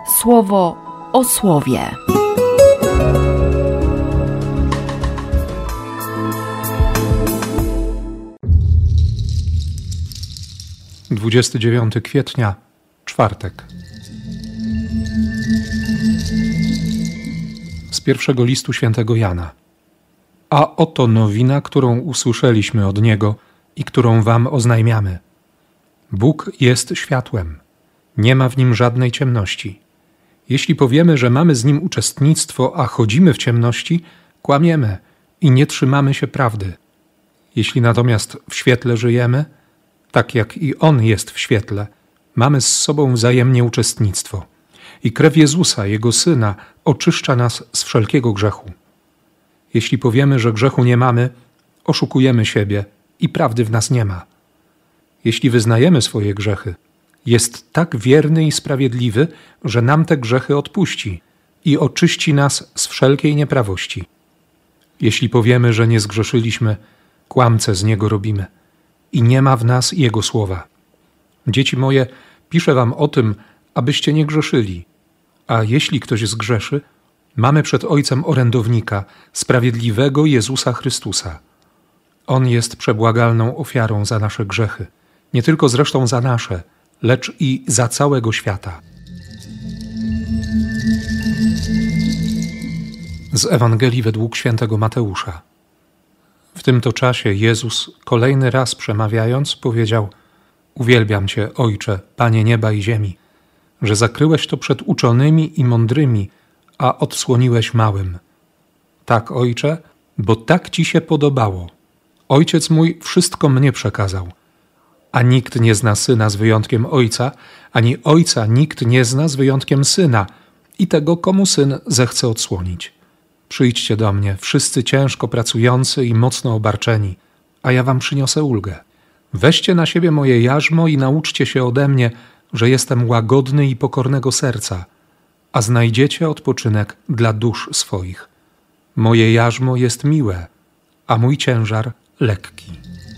Słowo o słowie. Dwudziesty 29 kwietnia, czwartek. Z pierwszego listu świętego Jana. A oto nowina, którą usłyszeliśmy od Niego i którą wam oznajmiamy. Bóg jest światłem. Nie ma w Nim żadnej ciemności. Jeśli powiemy, że mamy z Nim uczestnictwo, a chodzimy w ciemności, kłamiemy i nie trzymamy się prawdy. Jeśli natomiast w świetle żyjemy, tak jak i On jest w świetle, mamy z sobą wzajemnie uczestnictwo. I krew Jezusa, Jego Syna, oczyszcza nas z wszelkiego grzechu. Jeśli powiemy, że grzechu nie mamy, oszukujemy siebie i prawdy w nas nie ma. Jeśli wyznajemy swoje grzechy, jest tak wierny i sprawiedliwy, że nam te grzechy odpuści i oczyści nas z wszelkiej nieprawości. Jeśli powiemy, że nie zgrzeszyliśmy, kłamcę z Niego robimy i nie ma w nas Jego słowa. Dzieci moje, piszę wam o tym, abyście nie grzeszyli. A jeśli ktoś zgrzeszy, mamy przed Ojcem orędownika, sprawiedliwego Jezusa Chrystusa. On jest przebłagalną ofiarą za nasze grzechy, nie tylko zresztą za nasze, lecz i za całego świata. Z Ewangelii według świętego Mateusza. W tym to czasie Jezus, kolejny raz przemawiając, powiedział: Uwielbiam Cię, Ojcze, Panie nieba i ziemi, że zakryłeś to przed uczonymi i mądrymi, a odsłoniłeś małym. Tak, Ojcze, bo tak Ci się podobało. Ojciec mój wszystko mnie przekazał. A nikt nie zna Syna z wyjątkiem Ojca, ani Ojca nikt nie zna z wyjątkiem Syna i tego, komu Syn zechce odsłonić. Przyjdźcie do mnie, wszyscy ciężko pracujący i mocno obarczeni, a ja wam przyniosę ulgę. Weźcie na siebie moje jarzmo i nauczcie się ode mnie, że jestem łagodny i pokornego serca, a znajdziecie odpoczynek dla dusz swoich. Moje jarzmo jest miłe, a mój ciężar lekki.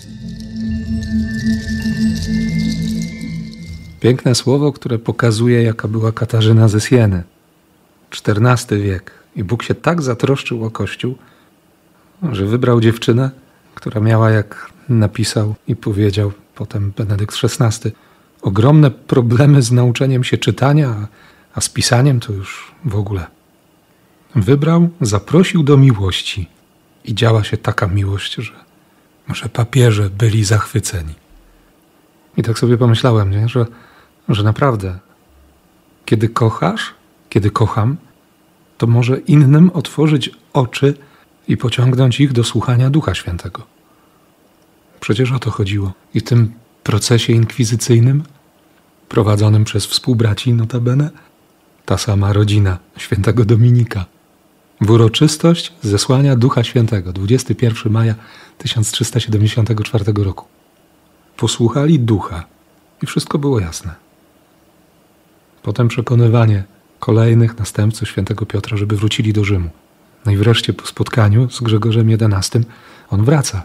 Piękne słowo, które pokazuje, jaka była Katarzyna ze Sieny. XIV wiek. I Bóg się tak zatroszczył o Kościół, że wybrał dziewczynę, która miała, jak napisał i powiedział potem Benedykt XVI, ogromne problemy z nauczeniem się czytania, a z pisaniem to już w ogóle. Wybrał, zaprosił do miłości i działa się taka miłość, że papieże byli zachwyceni. I tak sobie pomyślałem, nie? Że naprawdę, kiedy kochasz, kiedy kocham, to może innym otworzyć oczy i pociągnąć ich do słuchania Ducha Świętego. Przecież o to chodziło. I w tym procesie inkwizycyjnym, prowadzonym przez współbraci notabene, ta sama rodzina świętego Dominika. W uroczystość zesłania Ducha Świętego, 21 maja 1374 roku. Posłuchali Ducha i wszystko było jasne. Potem przekonywanie kolejnych następców świętego Piotra, żeby wrócili do Rzymu. No i wreszcie po spotkaniu z Grzegorzem XI on wraca.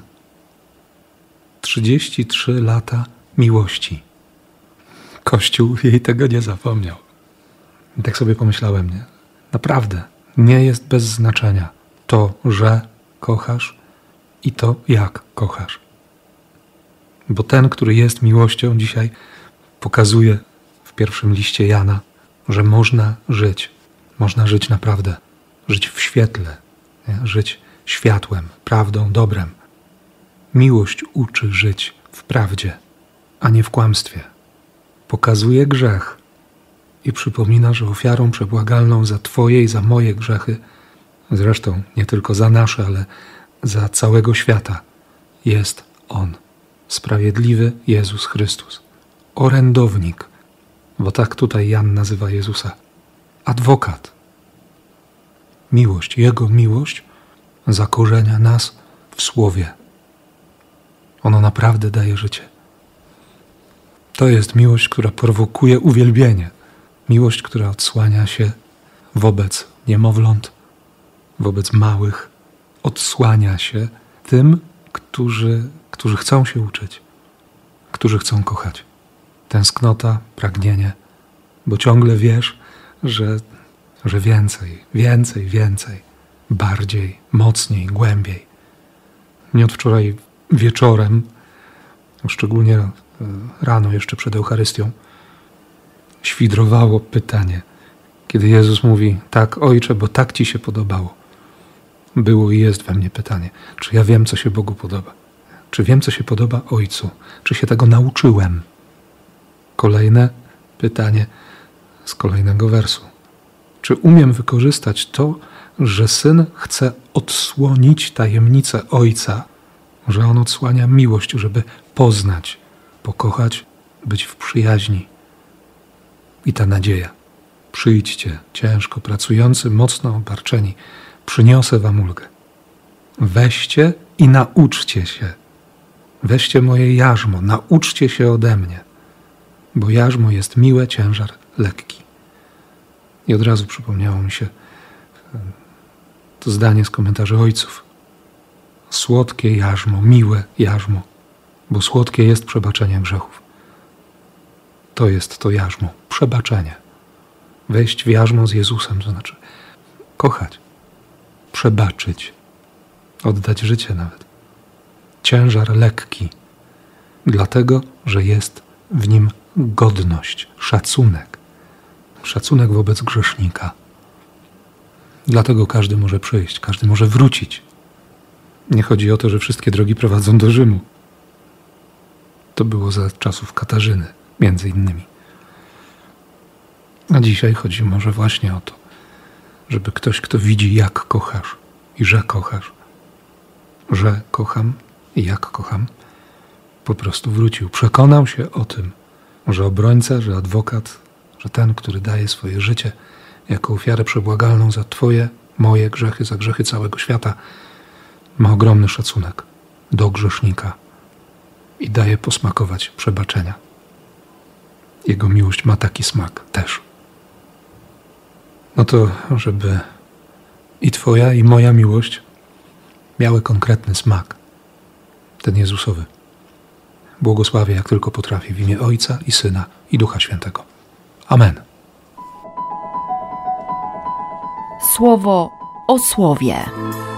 33 lata miłości. Kościół jej tego nie zapomniał. I tak sobie pomyślałem, nie? Naprawdę, nie jest bez znaczenia to, że kochasz i to, jak kochasz. Bo ten, który jest miłością, dzisiaj pokazuje w pierwszym liście Jana, że można żyć naprawdę, żyć w świetle, nie? Żyć światłem, prawdą, dobrem. Miłość uczy żyć w prawdzie, a nie w kłamstwie. Pokazuje grzech i przypomina, że ofiarą przebłagalną za Twoje i za moje grzechy, zresztą nie tylko za nasze, ale za całego świata, jest On, sprawiedliwy Jezus Chrystus, orędownik, bo tak tutaj Jan nazywa Jezusa, adwokat. Miłość, Jego miłość zakorzenia nas w Słowie. Ono naprawdę daje życie. To jest miłość, która prowokuje uwielbienie. Miłość, która odsłania się wobec niemowląt, wobec małych. Odsłania się tym, którzy chcą się uczyć, którzy chcą kochać. Tęsknota, pragnienie, bo ciągle wiesz, że więcej, bardziej, mocniej, głębiej. Nie od wczoraj wieczorem, szczególnie rano jeszcze przed Eucharystią, świdrowało pytanie, kiedy Jezus mówi: tak, Ojcze, bo tak Ci się podobało. Było i jest we mnie pytanie, czy ja wiem, co się Bogu podoba? Czy wiem, co się podoba Ojcu? Czy się tego nauczyłem? Kolejne pytanie z kolejnego wersu. Czy umiem wykorzystać to, że Syn chce odsłonić tajemnicę Ojca, że On odsłania miłość, żeby poznać, pokochać, być w przyjaźni? I ta nadzieja. Przyjdźcie, ciężko pracujący, mocno obarczeni, przyniosę wam ulgę. Weźcie i nauczcie się. Weźcie moje jarzmo, nauczcie się ode mnie, bo jarzmo jest miłe, ciężar lekki. I od razu przypomniało mi się to zdanie z komentarzy ojców. Słodkie jarzmo, miłe jarzmo, bo słodkie jest przebaczenie grzechów. To jest to jarzmo, przebaczenie. Wejść w jarzmo z Jezusem, to znaczy kochać, przebaczyć, oddać życie nawet. Ciężar lekki, dlatego, że jest w nim godność, szacunek. Szacunek wobec grzesznika. Dlatego każdy może przyjść, każdy może wrócić. Nie chodzi o to, że wszystkie drogi prowadzą do Rzymu. To było za czasów Katarzyny, między innymi. A dzisiaj chodzi może właśnie o to, żeby ktoś, kto widzi, jak kochasz i że kochasz, że kocham i jak kocham, po prostu wrócił. Przekonał się o tym, że obrońca, że adwokat, że ten, który daje swoje życie jako ofiarę przebłagalną za Twoje, moje grzechy, za grzechy całego świata, ma ogromny szacunek do grzesznika i daje posmakować przebaczenia. Jego miłość ma taki smak też. No to, żeby i Twoja, i moja miłość miały konkretny smak, ten Jezusowy. Błogosławię, jak tylko potrafię, w imię Ojca i Syna i Ducha Świętego. Amen. Słowo o słowie.